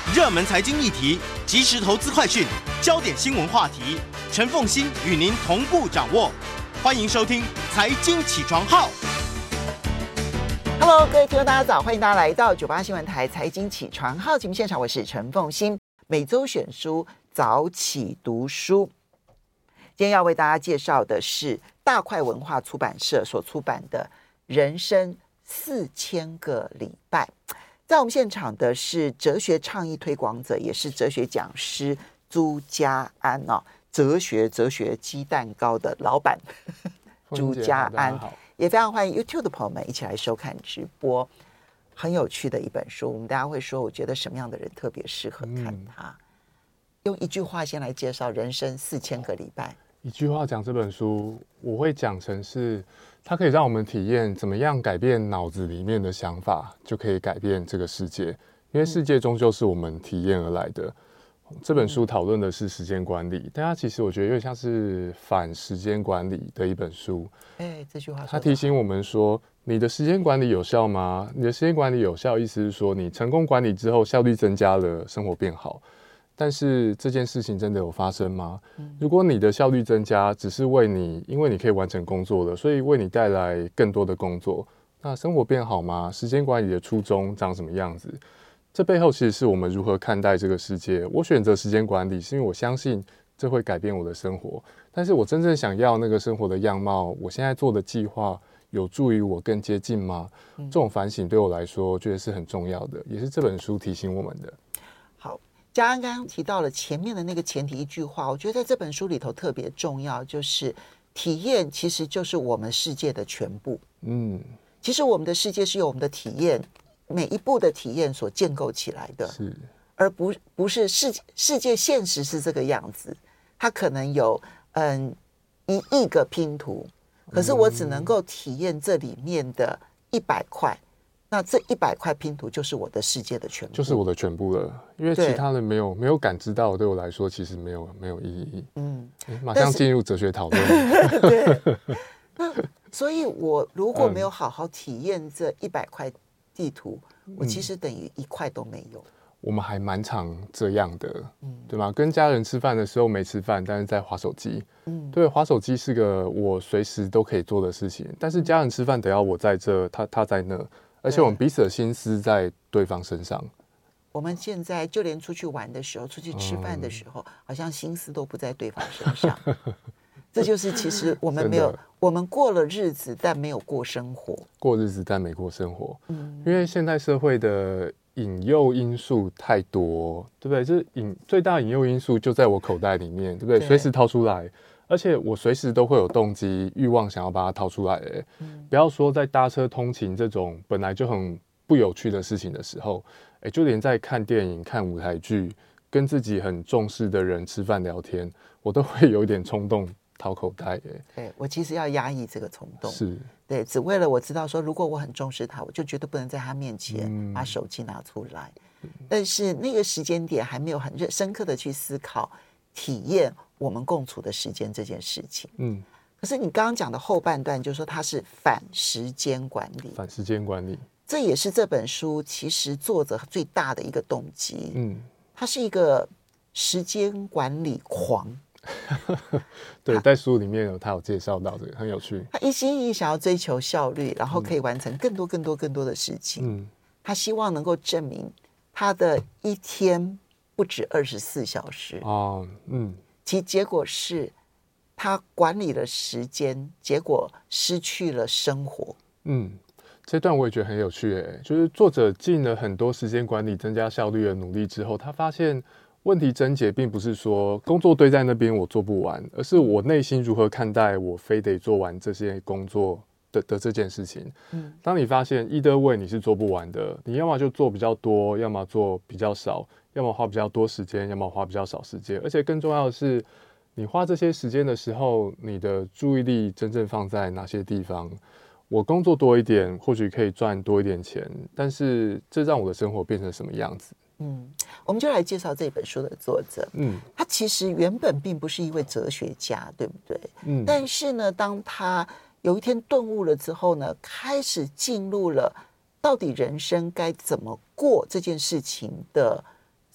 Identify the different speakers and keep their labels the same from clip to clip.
Speaker 1: 热门财经议题、即时投资快讯、焦点新闻话题，陈凤馨与您同步掌握。欢迎收听《财经起床号》。
Speaker 2: Hello， 各位听众大家早，欢迎大家来到98新闻台财经起床号节目现场，我是陈凤馨。每周选书早起读书，今天要为大家介绍的是大块文化出版社所出版的《人生4000个礼拜》。在我们现场的是哲学倡议推广者，也是哲学讲师朱家安哦，哲学鸡蛋糕的老板朱家安，也非常欢迎 YouTube 的朋友们一起来收看直播。很有趣的一本书，我们大家会说，我觉得什么样的人特别适合看它？用一句话先来介绍《人生4000个礼拜》。
Speaker 3: 一句话讲这本书，我会讲成是它可以让我们体验怎么样改变脑子里面的想法，就可以改变这个世界。因为世界终究是我们体验而来的。这本书讨论的是时间管理，但它其实我觉得有点像是反时间管理的一本书。
Speaker 2: 这句话说，
Speaker 3: 它提醒我们说，你的时间管理有效吗？你的时间管理有效，意思是说你成功管理之后，效率增加了，生活变好。但是这件事情真的有发生吗？如果你的效率增加只是因为你可以完成工作了，所以为你带来更多的工作，那生活变好吗？时间管理的初衷长什么样子？这背后其实是我们如何看待这个世界。我选择时间管理是因为我相信这会改变我的生活，但是我真正想要那个生活的样貌，我现在做的计划有助于我更接近吗？这种反省对我来说我觉得是很重要的，也是这本书提醒我们的。
Speaker 2: 好，家安刚刚提到了前面的那个前提一句话，我觉得在这本书里头特别重要，就是体验其实就是我们世界的全部。其实我们的世界是由我们的体验，每一步的体验所建构起来的，是，而不是世界现实是这个样子，它可能有1亿个拼图，可是我只能够体验这里面的100块。那这100块拼图就是我的世界的全部，就是
Speaker 3: 我的全部了，因为其他人没有感知到，对我来说其实没有意义。马上进入哲学讨论。
Speaker 2: 对，那所以我如果没有好好体验这100块地图，我其实等于1块都没有。
Speaker 3: 我们还蛮常这样的，对吗？跟家人吃饭的时候没吃饭，但是在滑手机。对，滑手机是个我随时都可以做的事情，但是家人吃饭得要我在这，他在那。而且我们彼此的心思在对方身上。
Speaker 2: 我们现在就连出去玩的时候，出去吃饭的时候，好像心思都不在对方身上。这就是其实我们没有，我们过了日子，但没有过生活。
Speaker 3: 过日子但没过生活。因为现代社会的引诱因素太多，对不对？就是最大引诱因素就在我口袋里面，对不对？随时掏出来。而且我随时都会有动机、欲望想要把它掏出来。不要说在搭车通勤这种本来就很不有趣的事情的时候，就连在看电影、看舞台剧、跟自己很重视的人吃饭聊天，我都会有一点冲动掏口袋。
Speaker 2: 对，我其实要压抑这个冲动，
Speaker 3: 是
Speaker 2: 对，只为了我知道说，如果我很重视他，我就绝对不能在他面前把手机拿出来。但是那个时间点还没有很深刻的去思考、体验我们共处的时间这件事情。可是你刚刚讲的后半段，就是说它是反时间管理。
Speaker 3: 反时间管理，
Speaker 2: 这也是这本书其实作者最大的一个动机。他是一个时间管理狂。
Speaker 3: 对，在书里面他有介绍到这个，很有趣。
Speaker 2: 他一心一意想要追求效率，然后可以完成更多的事情。他希望能够证明他的一天不止24小时。其结果是他管理了时间，结果失去了生活。
Speaker 3: 这段我也觉得很有趣。就是作者尽了很多时间管理增加效率的努力之后，他发现问题症结并不是说工作堆在那边我做不完，而是我内心如何看待我非得做完这些工作的这件事情。当你发现either way你是做不完的，你要么就做比较多，要么做比较少，要么花比较多时间，要么花比较少时间。而且更重要的是，你花这些时间的时候，你的注意力真正放在哪些地方？我工作多一点，或许可以赚多一点钱，但是这让我的生活变成什么样子？
Speaker 2: 我们就来介绍这本书的作者。他其实原本并不是一位哲学家，对不对？但是呢，当他有一天顿悟了之后呢，开始进入了到底人生该怎么过这件事情的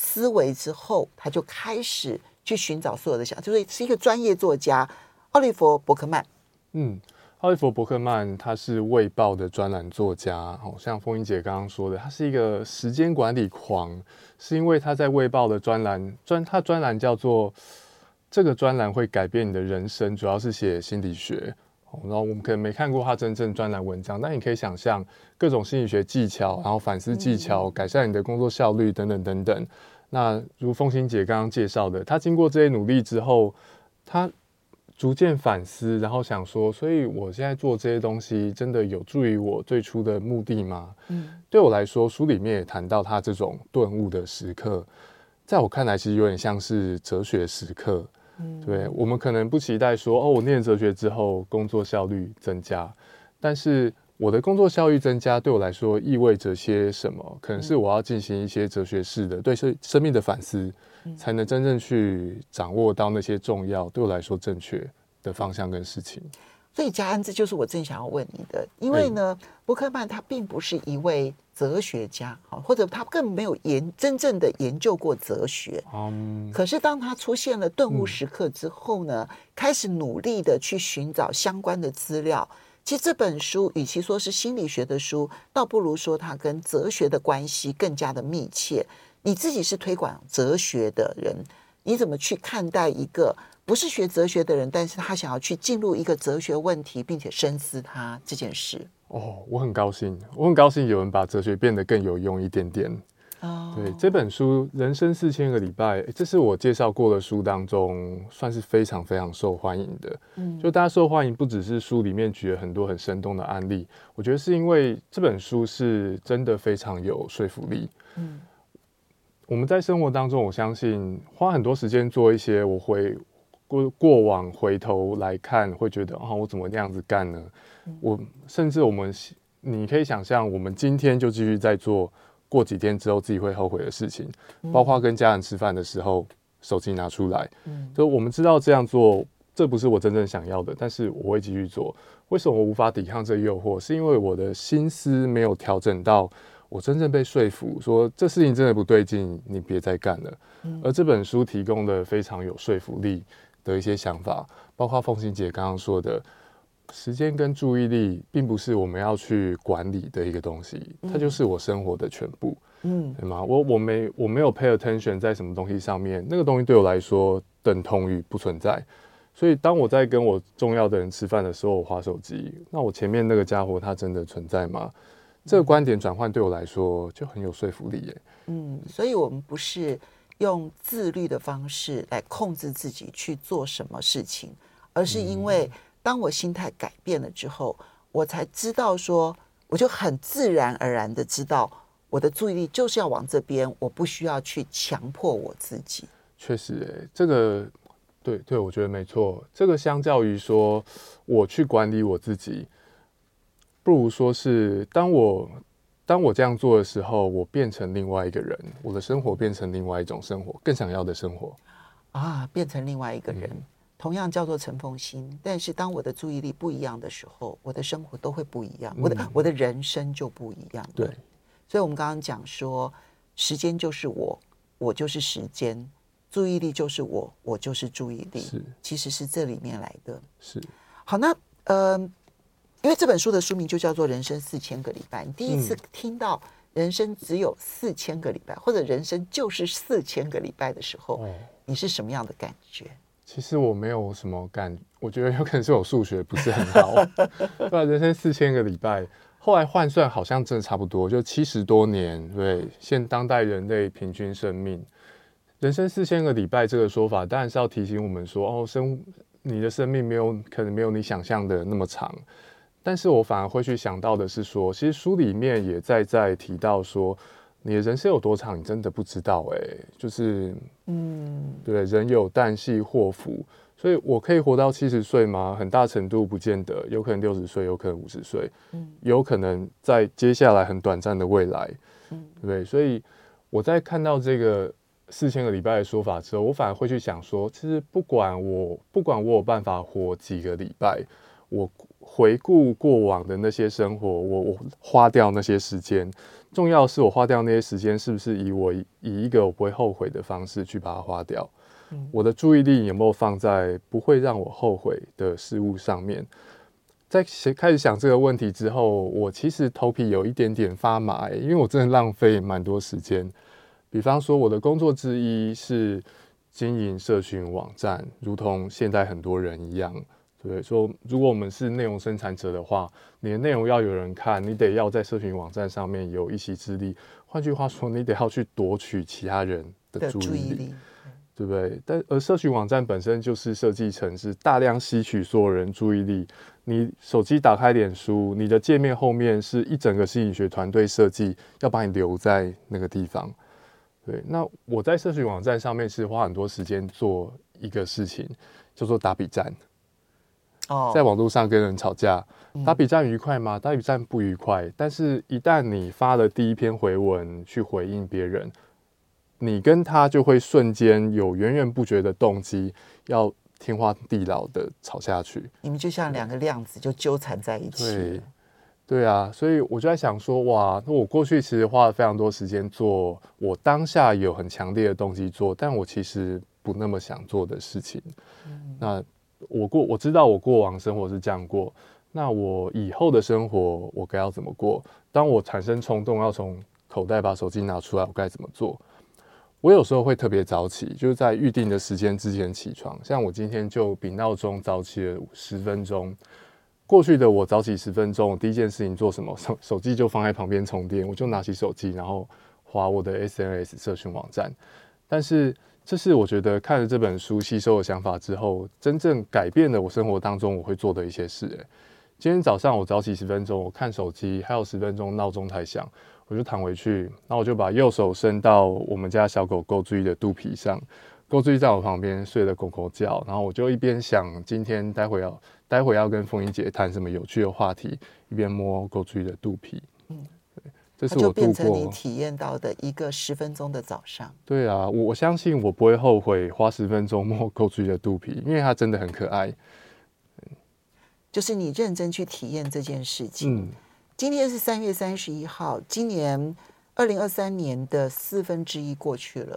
Speaker 2: 思维之后，他就开始去寻找所有的就是一个专业作家奥利弗·伯克曼。
Speaker 3: 奥利弗·伯克曼他是《卫报》的专栏作家，像凤英姐刚刚说的，他是一个时间管理狂，是因为他在《卫报》的专栏叫做这个专栏会改变你的人生，主要是写心理学。然后我们可能没看过他真正专栏文章，但你可以想象各种心理学技巧，然后反思技巧，改善你的工作效率等等等等。那如凤欣姐刚刚介绍的，他经过这些努力之后，他逐渐反思，然后想说，所以我现在做这些东西真的有助于我最初的目的吗？对我来说，书里面也谈到他这种顿悟的时刻，在我看来其实有点像是哲学时刻。对，我们可能不期待说，我念哲学之后工作效率增加，但是我的工作效率增加对我来说意味着些什么？可能是我要进行一些哲学式的对生命的反思，才能真正去掌握到那些重要对我来说正确的方向跟事情。
Speaker 2: 所以嘉恩，这就是我正想要问你的，因为呢，伯克曼他并不是一位哲学家，或者他更没有真正的研究过哲学。可是当他出现了顿悟时刻之后呢，开始努力的去寻找相关的资料。其实这本书与其说是心理学的书，倒不如说它跟哲学的关系更加的密切。你自己是推广哲学的人，你怎么去看待一个不是学哲学的人，但是他想要去进入一个哲学问题并且深思它这件事？
Speaker 3: 我很高兴有人把哲学变得更有用一点点。对，这本书《人生4000个礼拜》，这是我介绍过的书当中算是非常非常受欢迎的。就大家受欢迎不只是书里面举了很多很生动的案例，我觉得是因为这本书是真的非常有说服力。我们在生活当中，我相信花很多时间做一些我会过往回头来看会觉得我怎么那样子干呢？甚至你可以想象我们今天就继续在做过几天之后自己会后悔的事情，包括跟家人吃饭的时候手机拿出来，就我们知道这样做这不是我真正想要的，但是我会继续做。为什么我无法抵抗这诱惑？是因为我的心思没有调整到我真正被说服说这事情真的不对劲，你别再干了。而这本书提供的非常有说服力的一些想法，包括凤欣姐刚刚说的，时间跟注意力并不是我们要去管理的一个东西，它就是我生活的全部。对吗？我没有 pay attention 在什么东西上面，那个东西对我来说等同于不存在。所以当我在跟我重要的人吃饭的时候，我滑手机，那我前面那个家伙他真的存在吗？这个观点转换对我来说就很有说服力耶。
Speaker 2: 所以我们不是用自律的方式来控制自己去做什么事情，而是因为当我心态改变了之后，我才知道说，我就很自然而然的知道我的注意力就是要往这边，我不需要去强迫我自己。确实
Speaker 3: 这个对，我觉得没错。这个相较于说我去管理我自己，不如说是当我这样做的时候，我变成另外一个人，我的生活变成另外一种生活，更想要的生活变成另外一个人。同样叫做陈凤馨，但是当我的注意力不一样的时候，我的生活都会不一样，我的人生就不一样。对，所以我们刚刚讲说，时间就是我就是时间，注意力就是我就是注意力，其实是这里面来的。好，那因为这本书的书名就叫做《人生4000个礼拜》，你第一次听到人生只有4000个礼拜，或者人生就是4000个礼拜的时候，你是什么样的感觉？其实我没有什么我觉得有可能是我数学不是很好。对，人生4000个礼拜，后来换算好像真的差不多，就70多年。对，现当代人类平均生命，人生4000个礼拜这个说法，当然是要提醒我们说，你的生命可能没有你想象的那么长。但是我反而会去想到的是说，其实书里面也在提到说，你的人生有多长，你真的不知道。就是对，人有旦夕祸福，所以我可以活到70岁吗？很大程度不见得，有可能60岁，有可能50岁，有可能在接下来很短暂的未来，对不对？所以我在看到这个4000个礼拜的说法之后，我反而会去想说，其实不管我有办法活几个礼拜， 我回顾过往的那些生活，我花掉那些时间，重要的是我花掉那些时间是不是以一个我不会后悔的方式去把它花掉。我的注意力有没有放在不会让我后悔的事物上面？在开始想这个问题之后，我其实头皮有一点点发麻，因为我真的浪费蛮多时间。比方说，我的工作之一是经营社群网站，如同现在很多人一样。对，说如果我们是内容生产者的话，你的内容要有人看，你得要在社群网站上面有一席之地。换句话说，你得要去夺取其他人的注意力。对不对？而社群网站本身就是设计成是大量吸取所有人注意力。你手机打开脸书，你的界面后面是一整个心理学团队设计，要把你留在那个地方。对，那我在社群网站上面是花很多时间做一个事情，叫做打笔战。在网络上跟人吵架，打笔战愉快吗？打笔战不愉快。但是一旦你发了第一篇回文去回应别人，你跟他就会瞬间有源源不绝的动机，要天荒地老的吵下去。
Speaker 2: 你们就像两个量子就纠缠在一起。
Speaker 3: 对啊，所以我就在想说，哇，那我过去其实花了非常多时间做我当下有很强烈的动机做，但我其实不那么想做的事情。那我知道我过往生活是这样过，那我以后的生活我该要怎么过？当我产生冲动要从口袋把手机拿出来，我该怎么做？我有时候会特别早起，就是在预定的时间之前起床。像我今天就比闹钟早起了10分钟。过去的我早起10分钟，我第一件事情做什么？手机就放在旁边充电，我就拿起手机，然后滑我的 SNS 社群网站。但是这是我觉得看了这本书吸收的想法之后，真正改变了我生活当中我会做的一些事。今天早上我早起10分钟，我看手机，还有10分钟闹钟才响。我就躺回去，然后我就把右手伸到我们家小狗狗追的肚皮上，狗追在我旁边睡了狗狗觉，然后我就一边想今天待会要跟凤英姐谈什么有趣的话题，一边摸狗追的肚皮。这是我度过，它就
Speaker 2: 变成你体验到的一个10分钟的早上。
Speaker 3: 对啊，我相信我不会后悔花10分钟摸狗追的肚皮，因为它真的很可爱。
Speaker 2: 就是你认真去体验这件事情。今天是3月31号，今年2023年的1/4过去了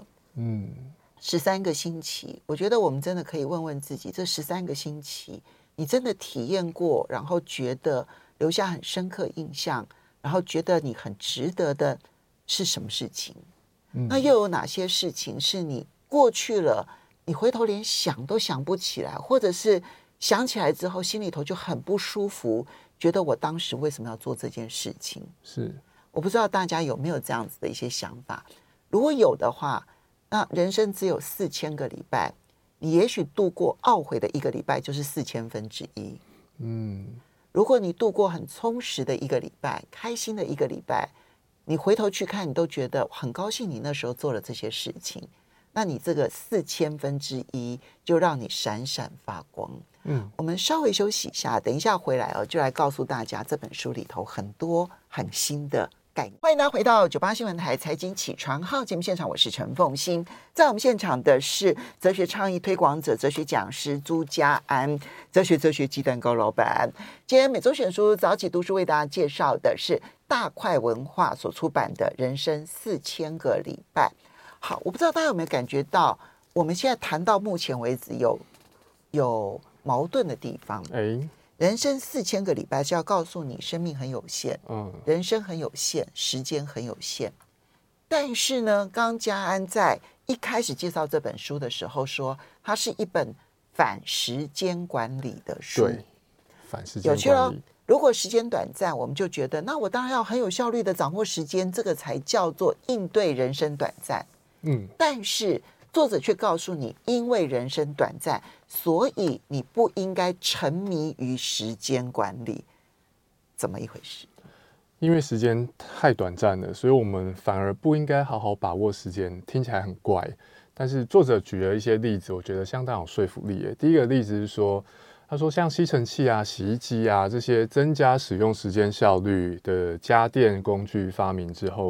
Speaker 2: ，13个星期。我觉得我们真的可以问问自己，这13个星期你真的体验过，然后觉得留下很深刻印象，然后觉得你很值得的是什么事情？那又有哪些事情是你过去了，你回头连想都想不起来，或者是想起来之后心里头就很不舒服，觉得我当时为什么要做这件事情？
Speaker 3: 是，
Speaker 2: 我不知道大家有没有这样子的一些想法。如果有的话，那人生只有4000个礼拜，你也许度过懊悔的1个礼拜就是4000分之一。如果你度过很充实的1个礼拜，开心的1个礼拜，你回头去看，你都觉得很高兴你那时候做了这些事情，那你这个4000分之一就让你闪闪发光。我们稍微休息一下，等一下回来就来告诉大家这本书里头很多很新的概念。欢迎大家回到98新闻台财经起床号节目现场，我是陈凤馨。在我们现场的是哲学倡议推广者、哲学讲师朱家安，哲学鸡蛋糕老板。今天每周选书早起读书为大家介绍的是大块文化所出版的《人生4000个礼拜》。好，我不知道大家有没有感觉到，我们现在谈到目前为止有矛盾的地方。人生4000个礼拜是要告诉你生命很有限，人生很有限，时间很有限。但是呢，刚刚家安在一开始介绍这本书的时候说，它是一本反时间管理的书。
Speaker 3: 对，反时间管理。
Speaker 2: 有趣咯。如果时间短暂，我们就觉得那我当然要很有效率的掌握时间，这个才叫做应对人生短暂。但是作者却告诉你，因为人生短暂，所以你不应该沉迷于时间管理。怎么一回事？
Speaker 3: 因为时间太短暂了，所以我们反而不应该好好把握时间。听起来很怪，但是作者举了一些例子，我觉得相当有说服力。第一个例子是说，他说像吸尘器啊、洗衣机啊这些增加使用时间效率的家电工具发明之后，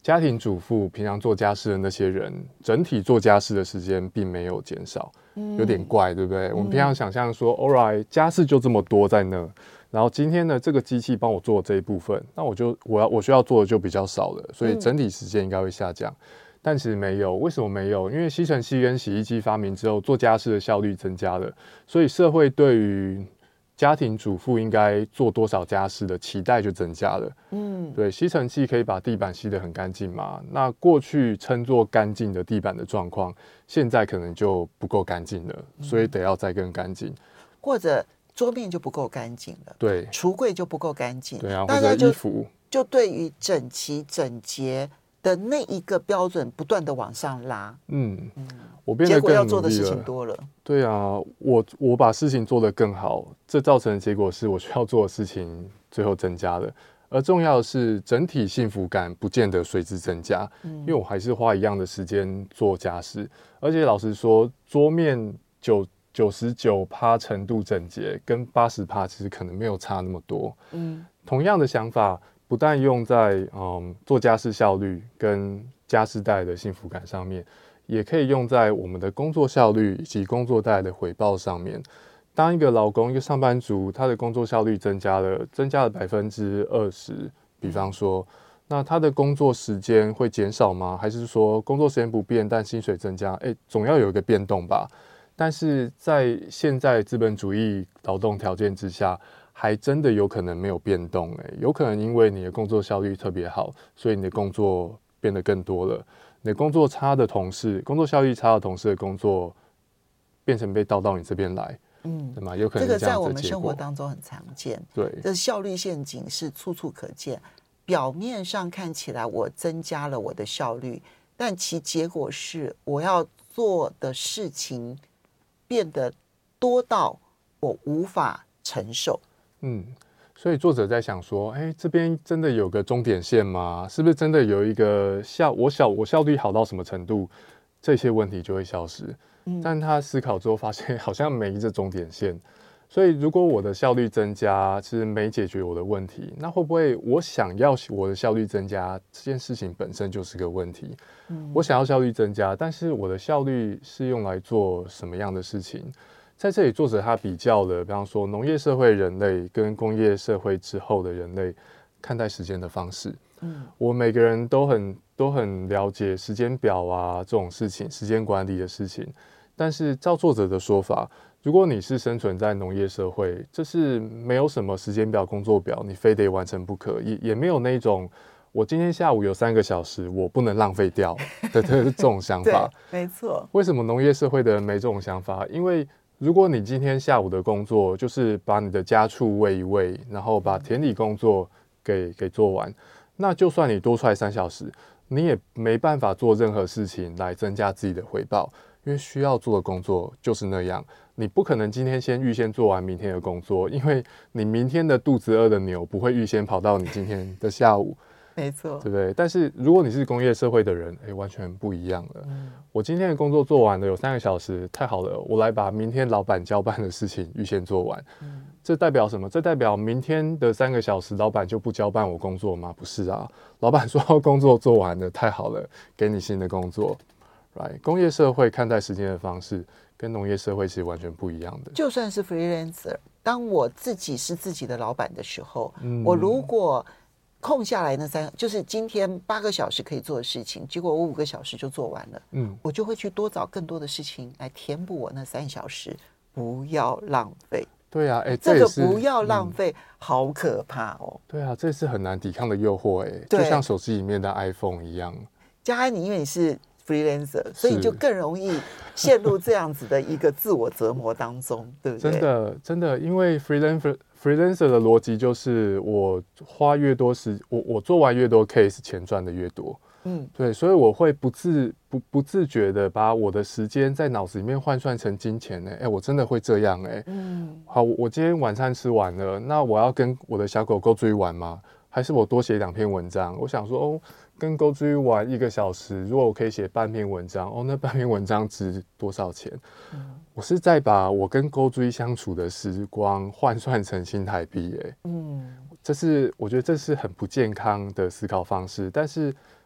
Speaker 3: 家庭主妇平常做家事的那些人，整体做家事的时间并没有减少，有点怪，对不对？我们平常想象说 ，all right， 家事就这么多在那，然后今天呢，这个机器帮我做这一部分，那我需要做的就比较少了，所以整体时间应该会下降。但其实没有，为什么没有？因为吸尘器跟洗衣机发明之后，做家事的效率增加了，所以社会对于家庭主妇应该做多少家事的期待就增加了。对，吸尘器可以把地板吸得很干净嘛？那过去称作干净的地板的状况，现在可能就不够干净了，所以得要再更干净。
Speaker 2: 或者桌面就不够干净了，
Speaker 3: 对，
Speaker 2: 橱柜就不够干净，
Speaker 3: 对啊，
Speaker 2: 大家
Speaker 3: 或者衣服
Speaker 2: 就对于整齐整洁的那一个标准不断的往上拉。我变得更努力了，结果要做的事情多了。
Speaker 3: 对啊，我把事情做得更好，这造成的结果是我需要做的事情最后增加了。而重要的是，整体幸福感不见得随之增加，因为我还是花一样的时间做家事。而且老实说，桌面99%程度整洁，跟80%其实可能没有差那么多。同样的想法，不但用在做家事效率跟家事带来的幸福感上面，也可以用在我们的工作效率以及工作带来的回报上面。当一个劳工、一个上班族，他的工作效率增加了20%，比方说，那他的工作时间会减少吗？还是说工作时间不变，但薪水增加？总要有一个变动吧。但是在现在资本主义劳动条件之下，还真的有可能没有变动。有可能因为你的工作效率特别好，所以你的工作变得更多了。你的工作差的同事，工作效率差的同事的工作变成被倒到你这边来，对吗？有可能是这样子的结果。这个在我们
Speaker 2: 生活当中很常见。
Speaker 3: 对，
Speaker 2: 这效率陷阱是处处可见。表面上看起来我增加了我的效率，但其结果是我要做的事情变得多到我无法承受。
Speaker 3: 所以作者在想说，这边真的有个终点线吗？是不是真的有一个我效率好到什么程度，这些问题就会消失？但他思考之后发现，好像没这终点线。所以如果我的效率增加，其实没解决我的问题，那会不会我想要我的效率增加这件事情本身就是个问题？我想要效率增加，但是我的效率是用来做什么样的事情？在这里，作者他比较了，比方说农业社会人类跟工业社会之后的人类看待时间的方式。我每个人都很了解时间表啊这种事情，时间管理的事情。但是照作者的说法，如果你是生存在农业社会，这是没有什么时间表、工作表，你非得完成不可，也没有那种我今天下午有3个小时，我不能浪费掉的这种想法。
Speaker 2: 对，没错。
Speaker 3: 为什么农业社会的人没这种想法？因为如果你今天下午的工作就是把你的家畜喂一喂，然后把田里工作给做完，那就算你多出来3小时，你也没办法做任何事情来增加自己的回报，因为需要做的工作就是那样。你不可能今天预先做完明天的工作，因为你明天的肚子饿的牛不会预先跑到你今天的下午。
Speaker 2: 没错，
Speaker 3: 对不对？但是如果你是工业社会的人，完全不一样了。我今天的工作做完了，有3个小时，太好了，我来把明天老板交办的事情预先做完。这代表什么？这代表明天的3个小时，老板就不交办我工作吗？不是啊，老板说工作做完了，太好了，给你新的工作。Right？ 工业社会看待时间的方式跟农业社会其实完全不一样的。
Speaker 2: 就算是 freelancer， 当我自己是自己的老板的时候，我如果空下来那就是今天8个小时可以做的事情，结果我5个小时就做完了，我就会去多找更多的事情来填补我那3小时，不要浪费。
Speaker 3: 对啊，
Speaker 2: 这个不要浪费，好可怕哦。
Speaker 3: 对啊，这是很难抵抗的诱惑，就像手机里面的 iPhone 一样。
Speaker 2: 嘉安，你因为你是 freelancer， 所以你就更容易陷入这样子的一个自我折磨当中，对不对？
Speaker 3: 真的，因为 freelancer 的逻辑就是我花越多我做完越多 case， 钱赚的越多。对，所以我会不自觉的把我的时间在脑子里面换算成金钱。我真的会这样。好，我今天晚餐吃完了，那我要跟我的小狗狗追玩吗？还是我多写2篇文章？我想说，跟狗追玩1个小时，如果我可以写半篇文章，那半篇文章值多少钱？我是在把我跟狗追相处的时光换算成新台币。我觉得这是很不健康的思考方式。但是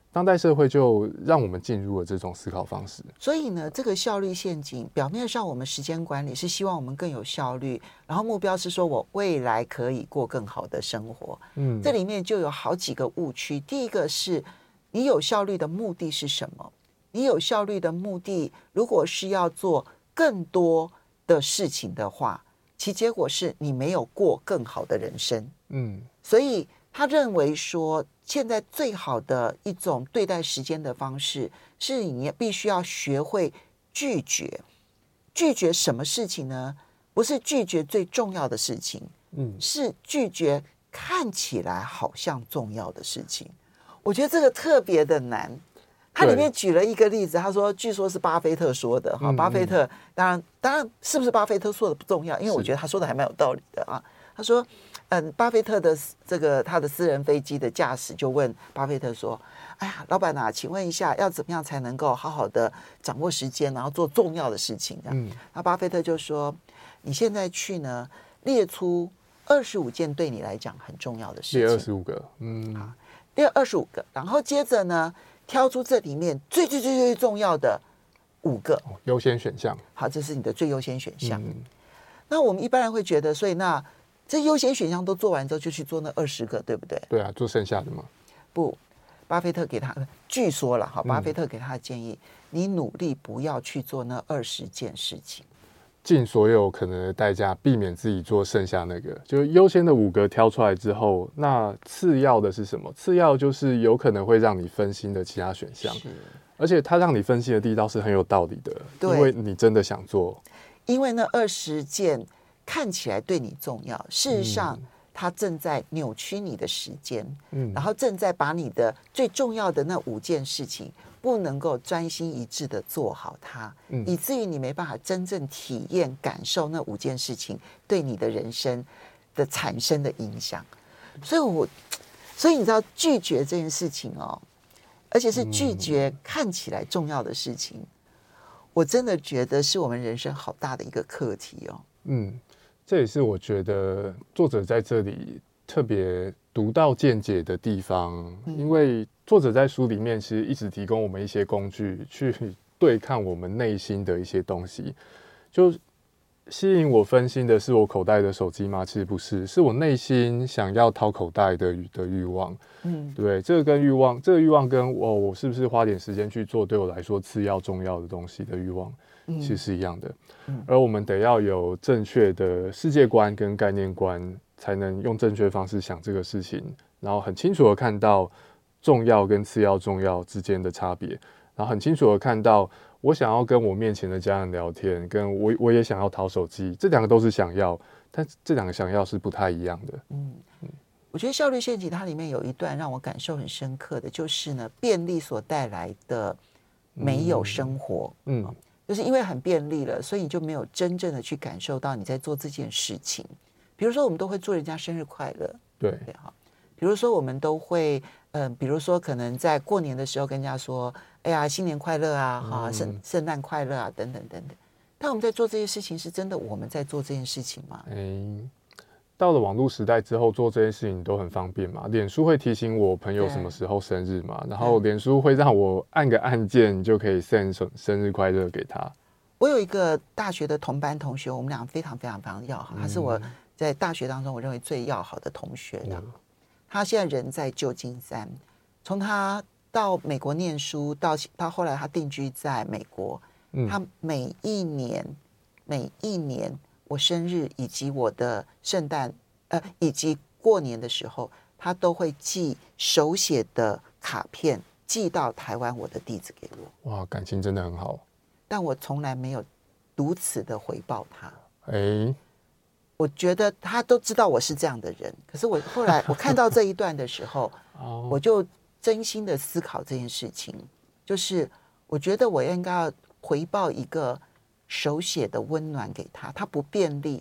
Speaker 3: 当代社会就让我们进入了这种思考方式。
Speaker 2: 所以呢，这个效率陷阱表面上我们时间管理是希望我们更有效率，然后目标是说我未来可以过更好的生活。这里面就有好几个误区。第一个是你有效率的目的是什么？你有效率的目的如果是要做更多的事情的话，其结果是你没有过更好的人生。所以他认为说现在最好的一种对待时间的方式是你必须要学会拒绝。拒绝什么事情呢？不是拒绝最重要的事情，是拒绝看起来好像重要的事情。我觉得这个特别的难。他里面举了一个例子，他说据说是巴菲特说的。巴菲特当然是不是巴菲特说的不重要，因为我觉得他说的还蛮有道理的啊。他说巴菲特的这个他的私人飞机的驾驶就问巴菲特说，哎呀老板啊，请问一下要怎么样才能够好好的掌握时间，然后做重要的事情这样。那巴菲特就说，你现在去呢列出25件对你来讲很重要的事情，
Speaker 3: 列25个，
Speaker 2: 列25个，然后接着呢挑出这里面最重要的5个
Speaker 3: 优先选项。
Speaker 2: 好，这是你的最优先选项。那我们一般人会觉得，所以那这优先选项都做完之后，就去做那20个，对不对？
Speaker 3: 对啊，做剩下的嘛。
Speaker 2: 不，巴菲特给他据说了，巴菲特给他的建议，你努力不要去做那20件事情，
Speaker 3: 尽所有可能的代价，避免自己做剩下那个。就优先的5个挑出来之后，那次要的是什么？次要就是有可能会让你分心的其他选项，而且他让你分心的地道是很有道理的，因为你真的想做。因
Speaker 2: 为那20件看起来对你重要，事实上它正在扭曲你的时间，然后正在把你的最重要的那5件事情不能够专心一致的做好它，以至于你没办法真正体验感受那5件事情对你的人生的产生的影响。所以你知道拒绝这件事情哦，而且是拒绝看起来重要的事情，我真的觉得是我们人生好大的一个课题哦。
Speaker 3: 这也是我觉得作者在这里特别独到见解的地方，因为作者在书里面其实一直提供我们一些工具去对抗我们内心的一些东西。就吸引我分心的是我口袋的手机吗？其实不是，是我内心想要掏口袋的欲望。对，这个欲望跟我是不是花点时间去做对我来说次要重要的东西的欲望其实是一样的。而我们得要有正确的世界观跟概念观，才能用正确方式想这个事情，然后很清楚的看到重要跟次要重要之间的差别，然后很清楚的看到我想要跟我面前的家人聊天，跟我也想要掏手机，这2个都是想要，但这2个想要是不太一样的。
Speaker 2: 我觉得效率陷阱它里面有一段让我感受很深刻的，就是呢便利所带来的没有生活。就是因为很便利了，所以你就没有真正的去感受到你在做这件事情。比如说我们都会祝人家生日快乐，
Speaker 3: 对，
Speaker 2: 比如说我们都会比如说可能在过年的时候跟人家说，哎呀新年快乐啊，圣诞快乐啊，等等等等。但我们在做这些事情，是真的我们在做这件事情吗？
Speaker 3: 到了网络时代之后，做这些事情都很方便嘛。脸书会提醒我朋友什么时候生日嘛，然后脸书会让我按个按键就可以 send 生日快乐给他。
Speaker 2: 我有一个大学的同班同学，我们俩非常非常非常要好，他是我在大学当中我认为最要好的同学了。他现在人在旧金山，从他到美国念书到后来他定居在美国，他每一年我生日以及我的圣诞以及过年的时候，他都会寄手写的卡片寄到台湾我的地址给我。
Speaker 3: 哇，感情真的很好。
Speaker 2: 但我从来没有如此的回报他。
Speaker 3: 我
Speaker 2: 觉得他都知道我是这样的人，可是我后来我看到这一段的时候我就真心的思考这件事情，就是我觉得我应该要回报一个手写的温暖给他。他不便利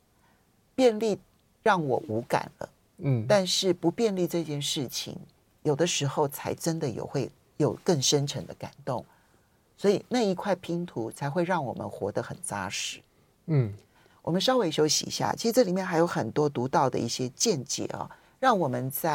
Speaker 2: 让我无感了，但是不便利这件事情有的时候才真的会有更深沉的感动，所以那一块拼图才会让我们活得很扎实。我们稍微休息一下，其实这里面还有很多独到的一些见解让我们在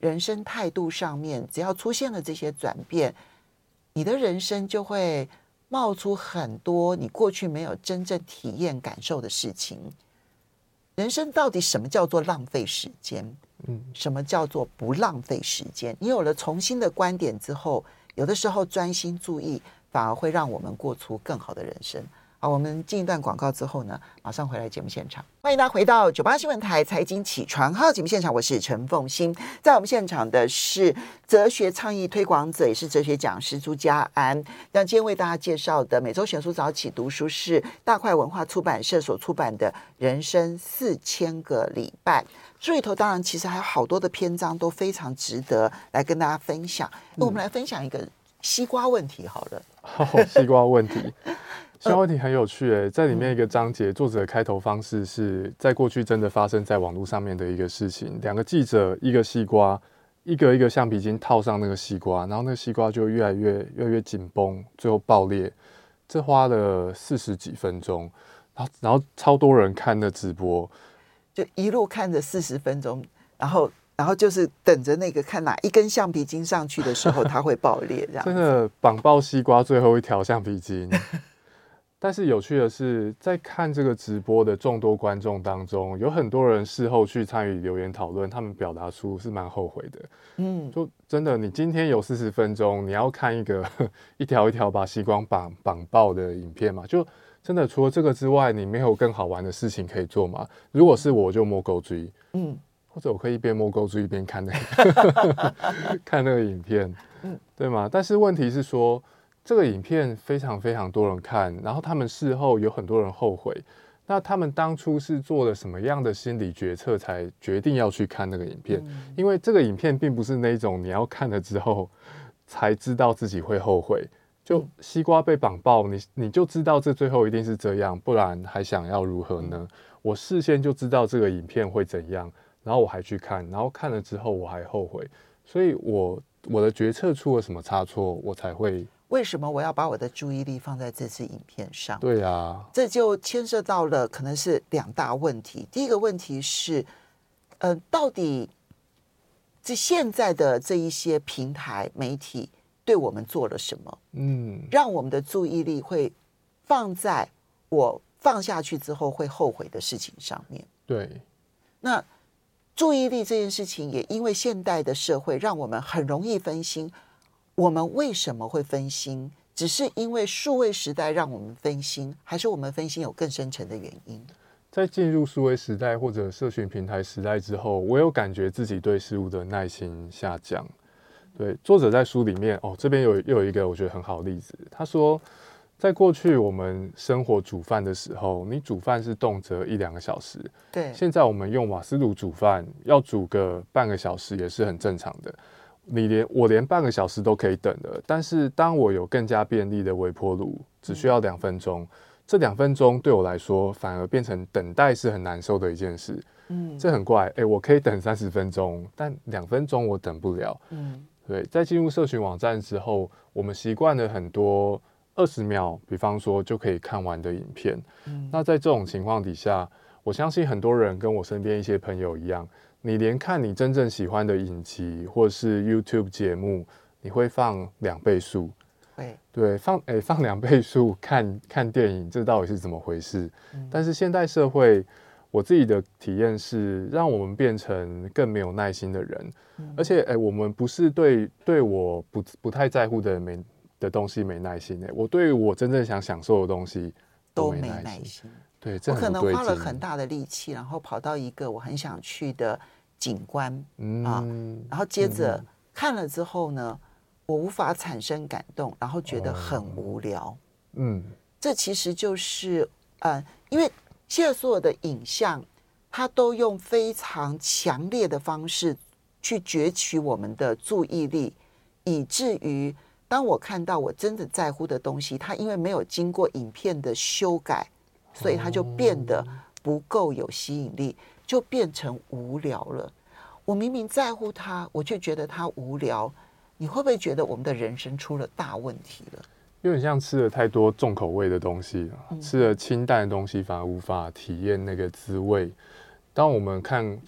Speaker 2: 人生态度上面，只要出现了这些转变，你的人生就会冒出很多你过去没有真正体验感受的事情。人生到底什么叫做浪费时间？什么叫做不浪费时间？你有了重新的观点之后，有的时候专心注意，反而会让我们过出更好的人生。好，我们进一段广告之后呢，马上回来节目现场。欢迎大家回到98新闻台财经起床号节目现场，我是陈凤馨。在我们现场的是哲学倡议推广者，也是哲学讲师朱家安。那今天为大家介绍的每周选书早起读书是大块文化出版社所出版的《人生4000个礼拜》。书里头当然其实还有好多的篇章都非常值得来跟大家分享。我们来分享一个西瓜问题好了。
Speaker 3: 西瓜问题。西瓜问题很有趣在里面一个章节，作者的开头方式是在过去真的发生在网络上面的一个事情。2个记者，一个西瓜，一个橡皮筋套上那个西瓜，然后那个西瓜就越来越紧绷，最后爆裂。这花了40几分钟，然后超多人看那直播，
Speaker 2: 就一路看着40分钟，然后就是等着那个看哪一根橡皮筋上去的时候它会爆裂，这样
Speaker 3: 真的绑爆西瓜最后一条橡皮筋。但是有趣的是，在看这个直播的众多观众当中，有很多人事后去参与留言讨论，他们表达出是蛮后悔的。就真的，你今天有40分钟，你要看一个一条一条把西瓜绑爆的影片嘛？就真的除了这个之外，你没有更好玩的事情可以做吗？如果是我就摸狗追，或者我可以一边摸狗追一边看看那个影片，对吗？但是问题是说，这个影片非常非常多人看，然后他们事后有很多人后悔。那他们当初是做了什么样的心理决策才决定要去看那个影片？因为这个影片并不是那种你要看了之后才知道自己会后悔。就西瓜被绑爆，你就知道这最后一定是这样，不然还想要如何呢？我事先就知道这个影片会怎样，然后我还去看，然后看了之后我还后悔，所以我的决策出了什么差错，我才会。
Speaker 2: 为什么我要把我的注意力放在这支影片上？
Speaker 3: 对啊，
Speaker 2: 这就牵涉到了可能是2大问题。第一个问题是，到底这现在的这一些平台媒体对我们做了什么？让我们的注意力会放在我放下去之后会后悔的事情上面。
Speaker 3: 对，
Speaker 2: 那注意力这件事情也因为现代的社会让我们很容易分心。我们为什么会分心？只是因为数位时代让我们分心，还是我们分心有更深层的原因？
Speaker 3: 在进入数位时代或者社群平台时代之后，我有感觉自己对事物的耐心下降。对，作者在书里面这边又有一个我觉得很好的例子。他说，在过去我们生活煮饭的时候，你煮饭是动辄1-2个小时。
Speaker 2: 对，
Speaker 3: 现在我们用瓦斯炉煮饭，要煮个半个小时也是很正常的。我连半个小时都可以等的，但是当我有更加便利的微波炉，只需要2分钟，这2分钟对我来说反而变成等待是很难受的一件事。这很怪，我可以等30分钟，但2分钟我等不了。对，在进入社群网站之后，我们习惯了很多20秒，比方说就可以看完的影片。那在这种情况底下，我相信很多人跟我身边一些朋友一样，你连看你真正喜欢的影集或是 YouTube 节目，你会放2倍速。对，放2倍速看电影，这到底是怎么回事？但是现代社会，我自己的体验是，让我们变成更没有耐心的人。而且我们不是对我不太在乎的东西没耐心，我对我真正想享受的东西都没耐心。对，这
Speaker 2: 我可
Speaker 3: 很不对劲。
Speaker 2: 能花了很大的力气，然后跑到一个我很想去的景观然后接着看了之后呢，我无法产生感动，然后觉得很无聊。这其实就是因为现在所有的影像，它都用非常强烈的方式去攫取我们的注意力，以至于当我看到我真的在乎的东西，它因为没有经过影片的修改，所以它就变得不够有吸引力，就变成无聊了。我明明在乎它，我却觉得它无聊。你会不会觉得我们的人生出了大问题了？
Speaker 3: 有点像吃了太多重口味的东西，吃了清淡的东西反而无法体验那个滋味。当我们看，就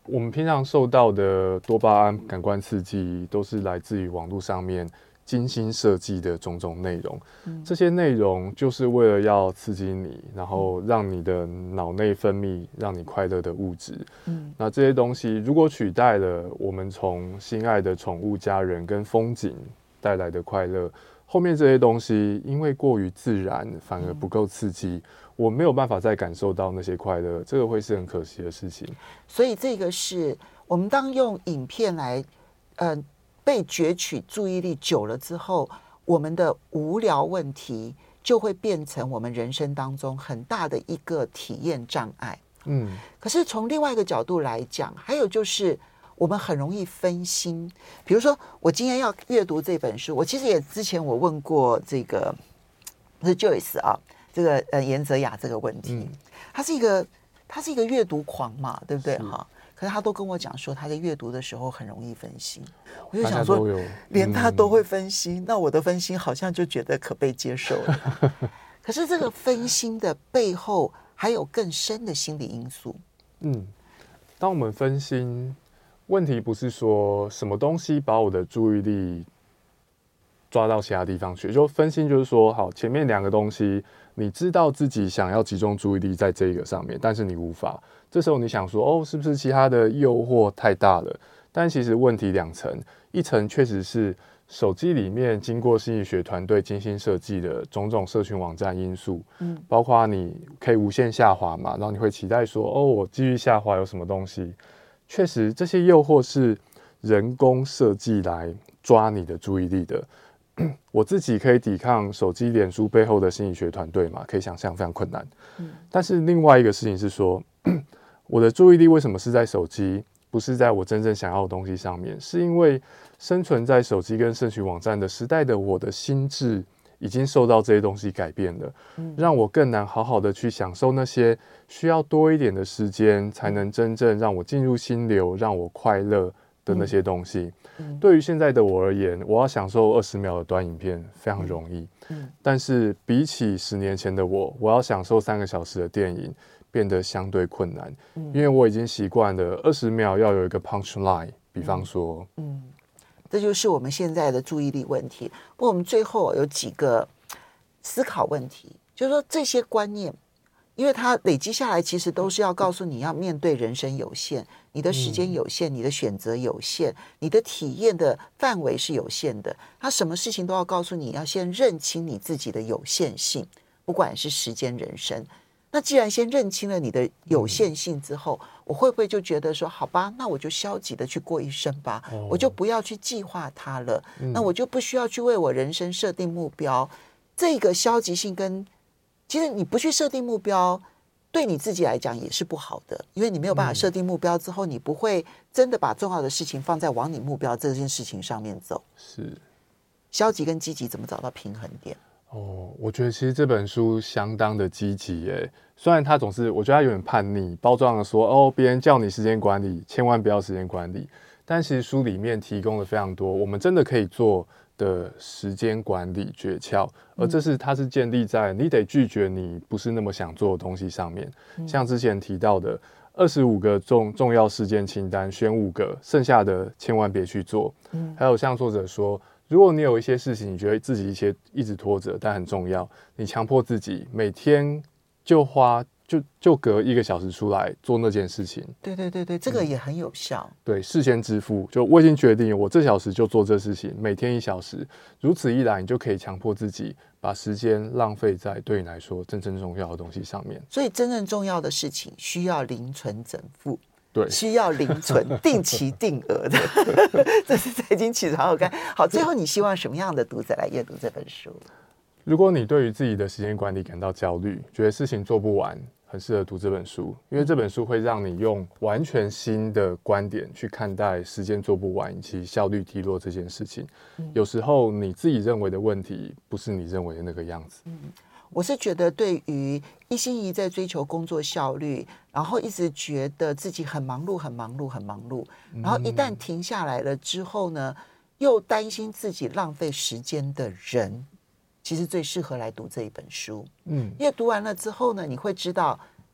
Speaker 3: 我们平常受到的多巴胺感官刺激，都是来自于网络上面精心设计的种种内容。这些内容就是为了要刺激你，然后让你的脑内分泌让你快乐的物质。那这些东西如果取代了我们从心爱的宠物、家人跟风景带来的快乐，后面这些东西因为过于自然，反而不够刺激，我没有办法再感受到那些快乐，这个会是很可惜的事情。
Speaker 2: 所以这个是我们当用影片来被攫取注意力久了之后，我们的无聊问题就会变成我们人生当中很大的一个体验障碍。可是从另外一个角度来讲，还有就是我们很容易分心。比如说我今天要阅读这本书，我其实也之前我问过这个是 Joyce 啊，这个严泽雅这个问题，他是一个阅读狂嘛，对不对哈？可是他都跟我讲说，他在阅读的时候很容易分心。我就想说，连他都会分心，那我的分心好像就觉得可被接受了。可是这个分心的背后还有更深的心理因素。
Speaker 3: 当我们分心，问题不是说什么东西把我的注意力抓到其他地方去，就分心就是说，好，前面两个东西你知道自己想要集中注意力在这个上面，但是你无法，这时候你想说，是不是其他的诱惑太大了？但其实问题两层，一层确实是手机里面经过心理学团队精心设计的种种社群网站因素，包括你可以无限下滑嘛，然后你会期待说，我继续下滑有什么东西？确实，这些诱惑是人工设计来抓你的注意力的。我自己可以抵抗手机、脸书背后的心理学团队嘛？可以想象非常困难。但是另外一个事情是说，我的注意力为什么是在手机，不是在我真正想要的东西上面？是因为生存在手机跟社群网站的时代的我的心智已经受到这些东西改变了，让我更难好好的去享受那些需要多一点的时间才能真正让我进入心流、让我快乐的那些东西。对于现在的我而言，我要享受20秒的短影片非常容易，但是比起10年前的我要享受3个小时的电影变得相对困难，因为我已经习惯了20秒要有一个 punch line， 比方说，
Speaker 2: 这就是我们现在的注意力问题。不过我们最后有几个思考问题，就是说这些观念，因为它累积下来，其实都是要告诉你要面对人生有限，你的时间有限，你的选择有限，你的体验的范围是有限的。它什么事情都要告诉你，要先认清你自己的有限性，不管是时间、人生。那既然先认清了你的有限性之后，我会不会就觉得说，好吧，那我就消极的去过一生吧，我就不要去计划它了，那我就不需要去为我人生设定目标。这个消极性其实你不去设定目标，对你自己来讲也是不好的，因为你没有办法设定目标之后，你不会真的把重要的事情放在往你目标这件事情上面走。
Speaker 3: 是
Speaker 2: 消极跟积极怎么找到平衡点？
Speaker 3: 我觉得其实这本书相当的积极耶，虽然他总是我觉得他有点叛逆，包装的说别人叫你时间管理，千万不要时间管理，但其实书里面提供了非常多我们真的可以做的时间管理诀窍，而它是建立在你得拒绝你不是那么想做的东西上面，像之前提到的25个重要事件清单，选5个，剩下的千万别去做。还有像作者说，如果你有一些事情你觉得自己一直拖着但很重要，你强迫自己每天就隔1个小时出来做那件事情。
Speaker 2: 对，这个也很有效。
Speaker 3: 对，事先支付，就我已经决定我这小时就做这事情，每天1小时，如此一来你就可以强迫自己把时间浪费在对你来说真正重要的东西上面。
Speaker 2: 所以真正重要的事情需要零存整付，
Speaker 3: 对，
Speaker 2: 需要零存定期定额的。这是财经起床号看好。最后你希望什么样的读者来阅读这本书？
Speaker 3: 如果你对于自己的时间管理感到焦虑，觉得事情做不完，很适合读这本书，因为这本书会让你用完全新的观点去看待时间做不完以及效率低落这件事情。有时候你自己认为的问题不是你认为的那个样子。
Speaker 2: 我是觉得对于一心一意在追求工作效率，然后一直觉得自己很忙碌，然后一旦停下来了之后呢，又担心自己浪费时间的人，其实最适合来读这一本书。因为读完了之后呢，你会知道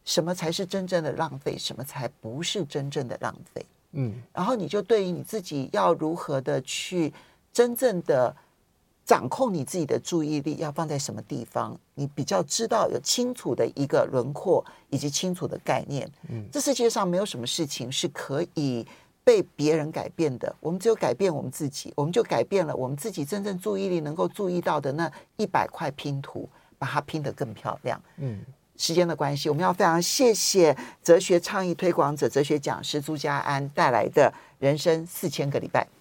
Speaker 2: 什么才是真正的浪费，什么才不是真正的浪费。然后你就对于你自己要如何的去真正的掌控你自己的注意力要放在什么地方，你比较知道有清楚的一个轮廓以及清楚的概念。这世界上没有什么事情是可以被别人改变的，我们只有改变我们自己，我们就改变了我们自己真正注意力能够注意到的那100块拼图，把它拼得更漂亮。时间的关系，我们要非常谢谢哲学倡议推广者、哲学讲师朱家安带来的人生4000个礼拜。